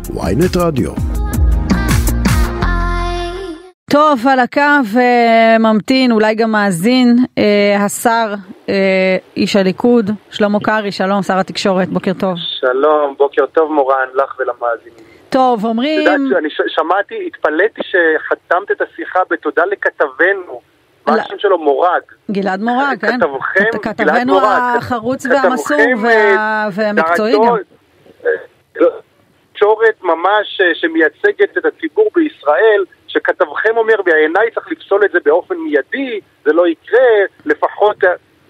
ynet רדיו. טוב, על הקו ממתין, אולי גם מאזין, השר, איש הליכוד, שלמה קרעי. שלום, שר התקשורת, בוקר טוב. שלום, בוקר טוב מורן, לך ולמאזינים. טוב, אומרים... אני שמעתי, התפלאתי שחתמת את השיחה בתודה לכתבנו, מה השם שלו? מורג. גלעד מורג, כן. כתבנו החרוץ והמסור והמקצועי גם. תקשורת ממש שמייצגת את הציבור בישראל, שכתבכם אומר, בעיניי צריך לפסול את זה באופן מיידי, זה לא יקרה, לפחות...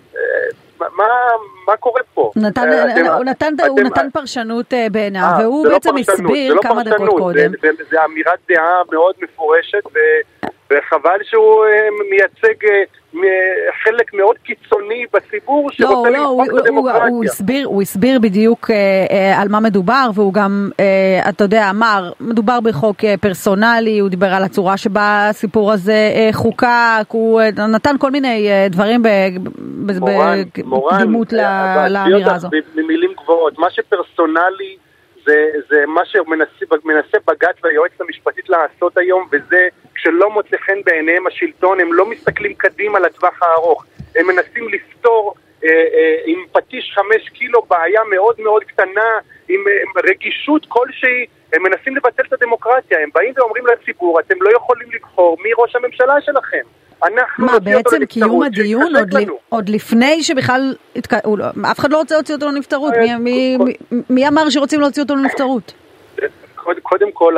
מה קורה פה? הוא נתן פרשנות בעיניו, והוא בעצם הסביר כמה דקות קודם. זה אמירת דעה מאוד מפורשת, וחבל שהוא מייצג חלק מאוד קיצוני בציבור שרוצה למחוק את הדמוקרטיה. הוא הסביר בדיוק על מה מדובר, והוא גם, אתה יודע, אמר, מדובר בחוק פרסונלי, הוא דיבר על הצורה שבה הסיפור הזה חוקק, הוא נתן כל מיני דברים בקדימות לאמירה הזו. במילים גבוהות, מה שפרסונלי זה מה שמנסה בג"ץ והיועצת המשפטית לעשות היום, וזה כשלא מוצא חן בעיניהם השלטון, הם לא מסתכלים קדימה לטווח הארוך, הם מנסים לפתור עם פטיש 5 קילו בעיה מאוד מאוד קטנה, עם רגישות כלשהי, הם מנסים לבטל את הדמוקרטיה, הם באים ואומרים לציבור, אתם לא יכולים לבחור מי ראש הממשלה שלכם. מה, בעצם קיום הדיון עוד לפני שבכלל אף אחד לא רוצה להוציא אותו לנבצרות? מי אמר שרוצים להוציא אותו לנבצרות? קודם כל,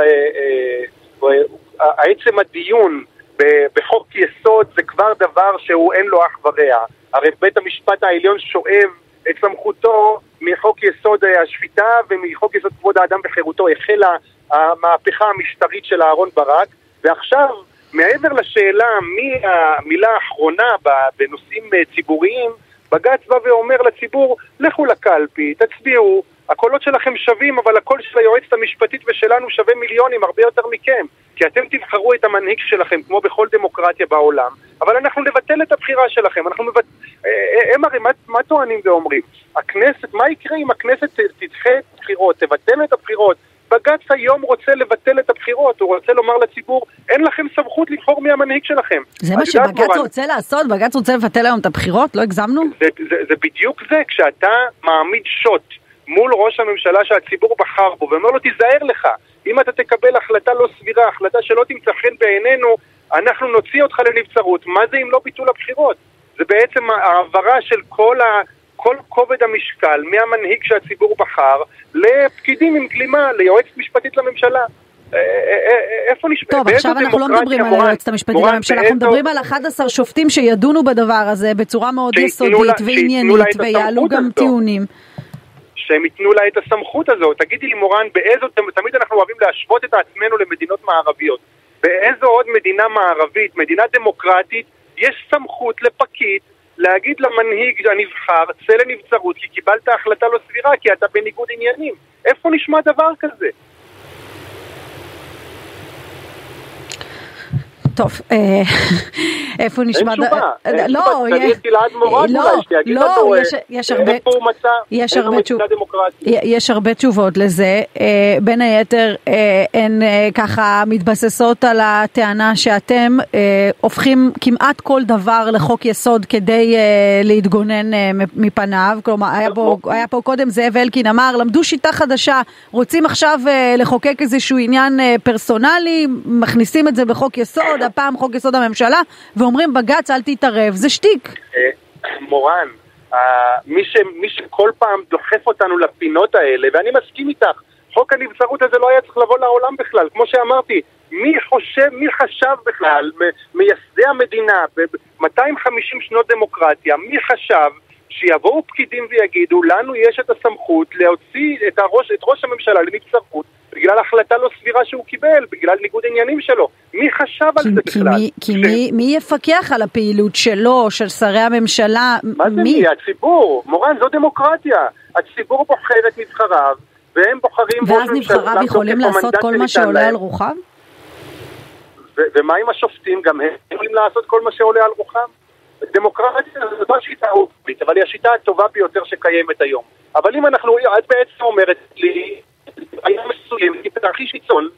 העצם הדיון בחוק יסוד זה כבר דבר שהוא אין לו אח ורע. הרי בית המשפט העליון שואב את סמכותו מחוק יסוד השפיטה ומחוק יסוד כבוד האדם וחירותו. החלה המהפכה המשטרית של אהרן ברק, ועכשיו מעבר לשאלה מי המילה האחרונה בנושאים ציבוריים, בג"ץ בא ואומר לציבור, לכו לקלפי, תצביעו, הקולות שלכם שווים, אבל הקול של היועצת המשפטית ושלנו שווה מיליונים, הרבה יותר מכם, כי אתם תבחרו את המנהיג שלכם כמו בכל דמוקרטיה בעולם, אבל אנחנו נבטל את הבחירה שלכם. הם הרי מה טוענים ואומרים? הכנסת, מה יקרה אם הכנסת תדחה את הבחירות, תבטל את הבחירות? בג"ץ היום רוצה לבטל את הבחירות, הוא רוצה לומר לציבור, אין לכם סמכות לבחור מי המנהיג שלכם. זה מה שבג"ץ רוצה לעשות? בג"ץ רוצה לבטל היום את הבחירות? לא הגזמנו? זה בדיוק זה, כשאתה מעמיד שוט מול ראש הממשלה שהציבור בחר בו, ואומר לו, תיזהר לך, אם אתה תקבל החלטה לא סבירה, החלטה שלא תמצא חן בעינינו, אנחנו נוציא אותך לנבצרות. מה זה אם לא ביטול הבחירות? זה בעצם העברה של כל כובד המשקל מהמנהיג שהציבור בחר לפקידים עם גלימה, ליועצת משפטית לממשלה. איפה נשמע? טוב, עכשיו אנחנו לא מדברים על היועצת המשפטית לממשלה, אנחנו מדברים על 11 שופטים שידונו בדבר הזה בצורה מאוד יסודית ועניינית, ויעלו גם טיעונים. שהם ייתנו לה את הסמכות הזאת. תגידי לי מורן, תמיד אנחנו אוהבים להשוות את עצמנו למדינות מערביות. באיזו עוד מדינה מערבית, מדינה דמוקרטית, יש סמכות לפקיד להגיד למנהיג הנבחר, צא לנבצרות, כי קיבלת החלטה לא סבירה, כי אתה בניגוד עניינים. איפה נשמע דבר כזה? טוב, איפה נשמע... אין תשובה. לא, יש הרבה תשובות לזה. בין היתר, הן ככה מתבססות על הטענה שאתם הופכים כמעט כל דבר לחוק יסוד כדי להתגונן מפניו. כלומר, היה פה קודם זאב אלקין אמר, למדו שיטה חדשה, רוצים עכשיו לחוקק איזשהו עניין פרסונלי, מכניסים את זה בחוק יסוד, הפעם חוק יסוד הממשלה, ואומרים בג"ץ אל תתערב, זה שטיק. מורן, מי שכל פעם דוחף אותנו לפינות האלה, ואני מסכים איתך, חוק הנבצרות הזה לא היה צריך לבוא לעולם בכלל, כמו שאמרתי, מי חשב בכלל, מייסדי המדינה, ב-250 שנות דמוקרטיה, מי חשב שיבואו פקידים ויגידו, לנו יש את הסמכות להוציא את ראש הממשלה לנבצרות, בגלל החלטה לא סבירה שהוא קיבל, בגלל ניגוד עניינים שלו. מי חשב על זה בכלל? כי מי יפקח על הפעילות שלו, של שרי הממשלה? מה זה מי? הציבור. מורן, זו דמוקרטיה. הציבור בוחר את נבחריו, והם בוחרים... ואז נבחריו יכולים לעשות כל מה שעולה על רוחם? ומה עם השופטים? גם הם יכולים לעשות כל מה שעולה על רוחם? דמוקרטיה זו לא שיטה אופית, אבל היא השיטה הטובה ביותר שקיימת היום. אבל אם את בעצם אומרת לי, היה מסוים, תרחיש קיצון.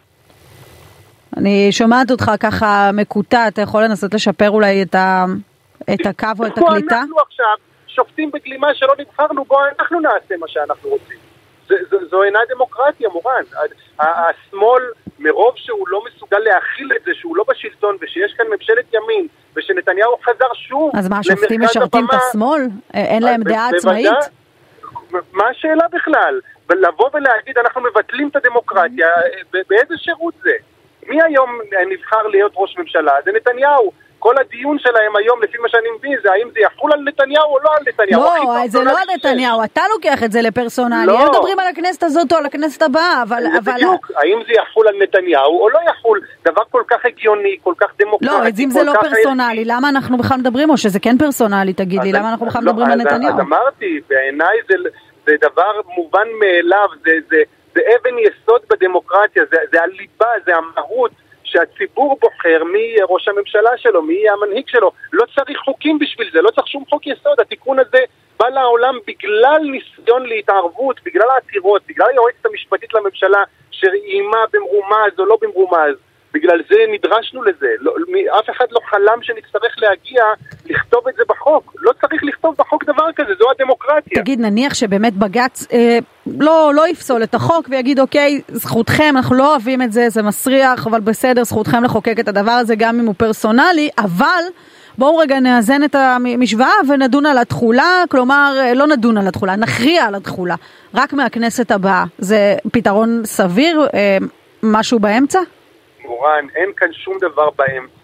אני שומעת אותך ככה מקוטע, אתה יכול לנסות לשפר אולי את הקו או את הקליטה? אנחנו עכשיו שופטים בגלימה שלא נבחרנו, בו אנחנו נעשה מה שאנחנו רוצים. זו אינה דמוקרטיה, מורן. השמאל, מרוב שהוא לא מסוגל להכיל את זה, שהוא לא בשלטון, ושיש כאן ממשלת ימין, ושנתניהו חזר שוב. אז מה, השופטים משרתים את השמאל? אין להם דעה עצמאית? מה השאלה בכלל? לבוא ולהגיד, אנחנו מבטלים את הדמוקרטיה, באיזה שירות זה? מי היום נבחר להיות ראש ממשלה? זה נתניהו. כל הדיון שלהם היום, לפי מה שאני מבין, זה האם זה יחול על נתניהו או לא על נתניהו. לא, זה לא על נתניהו, אתה לוקח את זה לפרסונלי. הם מדברים על הכנסת הזאת או על הכנסת הבאה, אבל... בדיוק, האם זה יחול על נתניהו או לא יחול? דבר כל כך הגיוני, כל כך דמוקרטי. לא, אז אם זה לא פרסונלי, למה אנחנו בכלל מדברים, או שזה כן פרסונלי, תגיד לי, למה אנחנו בכלל מדברים על נתניהו? אז אמרתי, בעיניי זה דבר מובן מאליו, זה אבן יסוד בדמוקרטיה, זה הליבה, זה המהות. שהציבור בוחר מי יהיה ראש הממשלה שלו, מי יהיה המנהיג שלו. לא צריך חוקים בשביל זה, לא צריך שום חוק יסוד. התיקון הזה בא לעולם בגלל ניסיון להתערבות, בגלל העתירות, בגלל היועצת המשפטית לממשלה שאיימה במרומז או לא במרומז. בגלל זה נדרשנו לזה. אף אחד לא חלם שנצטרך להגיע לכתוב את זה בחוק. לא צריך לכתוב בחוק דבר כזה, זו הדמוקרטיה. תגיד, נניח שבאמת בג"ץ לא יפסול את החוק ויגיד, אוקיי, זכותכם, אנחנו לא אוהבים את זה, זה מסריח, אבל בסדר, זכותכם לחוקק את הדבר הזה גם אם הוא פרסונלי, אבל בואו רגע נאזן את המשוואה ונדון על התחולה, כלומר, לא נדון על התחולה, נכריע על התחולה, רק מהכנסת הבאה. זה פתרון סביר? משהו באמצע? מורן, אין כאן שום דבר באמצע.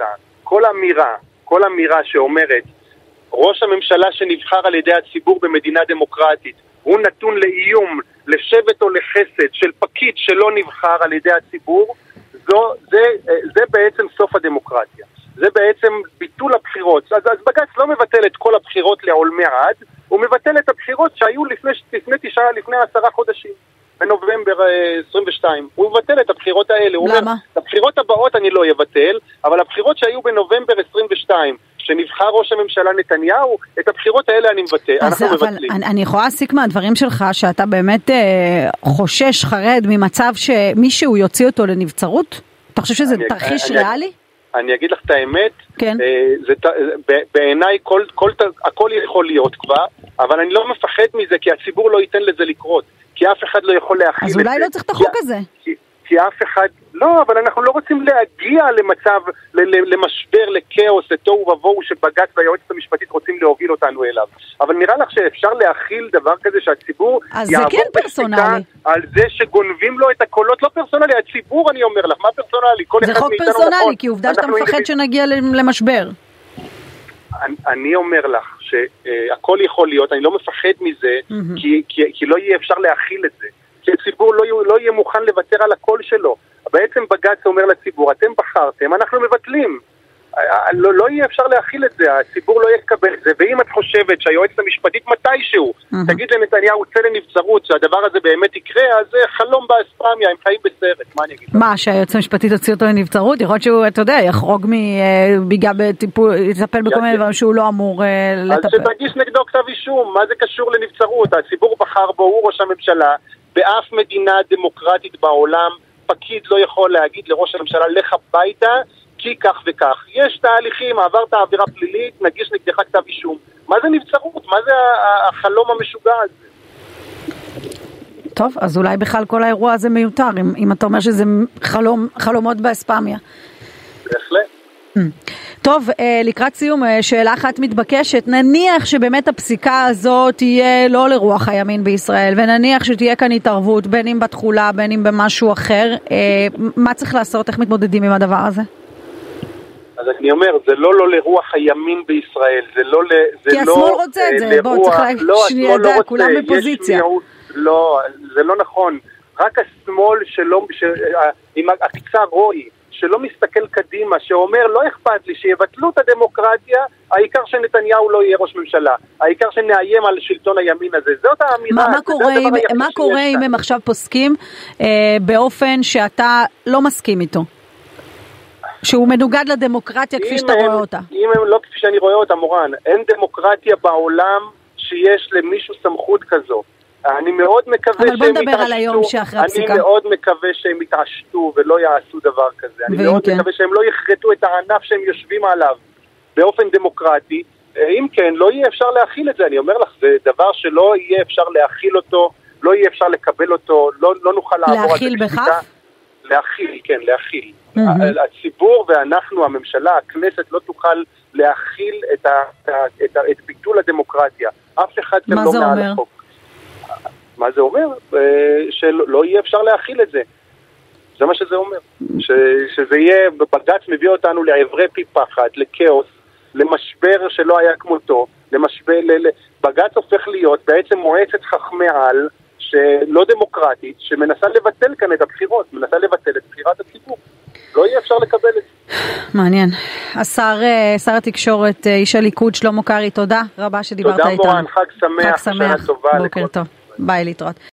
כל אמירה שאומרת, ראש הממשלה שנבחר על ידי הציבור במדינה דמוקרטית, הוא נתון לאיום, לשבט או לחסד של פקיד שלא נבחר על ידי הציבור, זה בעצם סוף הדמוקרטיה. זה בעצם ביטול הבחירות. אז בג"ץ לא מבטל את כל הבחירות לעולמי עד, הוא מבטל את הבחירות שהיו לפני 10 חודשים. בנובמבר 22. הוא מבטל את הבחירות האלה. למה? את הבחירות הבאות אני לא יבטל, אבל הבחירות שהיו בנובמבר 22, שנבחר ראש הממשלה נתניהו, את הבחירות האלה אני מבטל. אנחנו מבטלים. אני יכולה להסיק מהדברים שלך שאתה באמת חושש, חרד, ממצב שמישהו יוציא אותו לנבצרות? אתה חושב שזה תרחיש ריאלי? אני אגיד לך את האמת, כן. בעיניי הכל יכול להיות כבר, אבל אני לא מפחד מזה, כי הציבור לא ייתן לזה לקרות. כי אף אחד לא יכול להכיל את זה. אז אולי לא צריך את החוק הזה. כי אף אחד... לא, אבל אנחנו לא רוצים להגיע למצב, למשבר, לקאוס, לתוהו ובוהו שבג"ץ והיועצת המשפטית רוצים להוביל אותנו אליו. אבל נראה לך שאפשר להכיל דבר כזה שהציבור יעבור כן פרסונלי. על זה שגונבים לו את הקולות. לא פרסונלי, הציבור אני אומר לך, מה פרסונלי? זה חוק פרסונלי, כי עובדה שאתה מפחד שנגיע למשבר. אני אומר לך שהכל יכול להיות, אני לא מפחד מזה, כי לא יהיה אפשר להכיל את זה. כי הציבור לא יהיה מוכן לוותר על הקול שלו. בעצם בג"ץ אומר לציבור, אתם בחרתם, אנחנו מבטלים. לא יהיה אפשר להכיל את זה, הציבור לא יקבל את זה. ואם את חושבת שהיועצת המשפטית מתישהו תגיד לנתניהו צא לנבצרות, שהדבר הזה באמת יקרה, אז זה חלום באספמיה, הם חיים בסרט, מה אני אגיד? מה, שהיועצת המשפטית תוציא אותו לנבצרות? יכול להיות שהוא, אתה יודע, יחרוג ביגע בטיפול, יטפל בכל מיני דברים שהוא לא אמור לטפל. אז שתגיש נגדו כתב אישום, מה זה קשור לנבצרות? הציבור בחר בו, הוא ראש הממשלה, באף מדינה דמוקרטית בעולם, פקיד לא יכול להגיד לראש הממשלה, לך הביתה, כי כך וכך. יש תהליכים, עברת עבירה פלילית, נגיש נגדך כתב אישום. מה זה נבצרות? מה זה החלום המשוגע הזה? טוב, אז אולי בכלל כל האירוע הזה מיותר, אם אתה אומר שזה חלומות באספמיה. בהחלט. טוב, לקראת סיום, שאלה אחת מתבקשת, נניח שבאמת הפסיקה הזאת תהיה לא לרוח הימין בישראל, ונניח שתהיה כאן התערבות, בין אם בתחולה, בין אם במשהו אחר, מה צריך לעשות, איך מתמודדים עם הדבר הזה? אז אני אומר, זה לא לרוח הימין בישראל, זה לא כי השמאל רוצה את זה, בוא, צריך שנייה ידע, כולם בפוזיציה. לא, זה לא נכון. רק השמאל עם הקצה רואי, שלא מסתכל קדימה, שאומר לא אכפת לי שיבטלו את הדמוקרטיה, העיקר שנתניהו לא יהיה ראש ממשלה, העיקר שנאיים על שלטון הימין הזה. זאת האמירה. מה קורה אם הם עכשיו פוסקים באופן שאתה לא מסכים איתו? שהוא מנוגד לדמוקרטיה כפי שאתה רואה אותה. אם הם לא כפי שאני רואה אותה, מורן, אין דמוקרטיה בעולם שיש למישהו סמכות כזו. אני מאוד מקווה שהם יתעשתו. אבל בוא נדבר על היום שאחרי הפסיקה. אני מאוד מקווה שהם יתעשתו ולא יעשו דבר כזה. אני מאוד מקווה שהם לא יחרטו את הענף שהם יושבים עליו באופן דמוקרטי. אם כן, לא יהיה אפשר להכיל את זה. אני אומר לך, זה דבר שלא יהיה אפשר להכיל אותו, לא יהיה אפשר לקבל אותו, לא נוכל לעבור על להכיל בכך? להכיל, כן, להכיל. הציבור ואנחנו, הממשלה, הכנסת, לא תוכל להכיל את ביטול הדמוקרטיה. אף אחד כאן לא מעל החוק. מה זה אומר? שלא יהיה אפשר להכיל את זה. זה מה שזה אומר. שזה יהיה, בג"ץ מביא אותנו לעברי פי פחד, לכאוס, למשבר שלא היה כמותו, בג"ץ הופך להיות בעצם מועצת חכמי על, שלא דמוקרטית, שמנסה לבטל כאן את הבחירות, מנסה לבטל את בחירת הציבור. לא יהיה אפשר לקבל את זה. מעניין. שר התקשורת, איש הליכוד, שלמה קרעי, תודה רבה שדיברת איתנו. תודה מורן, חג שמח, שנה טובה. בוקר טוב. ביי, להתראות.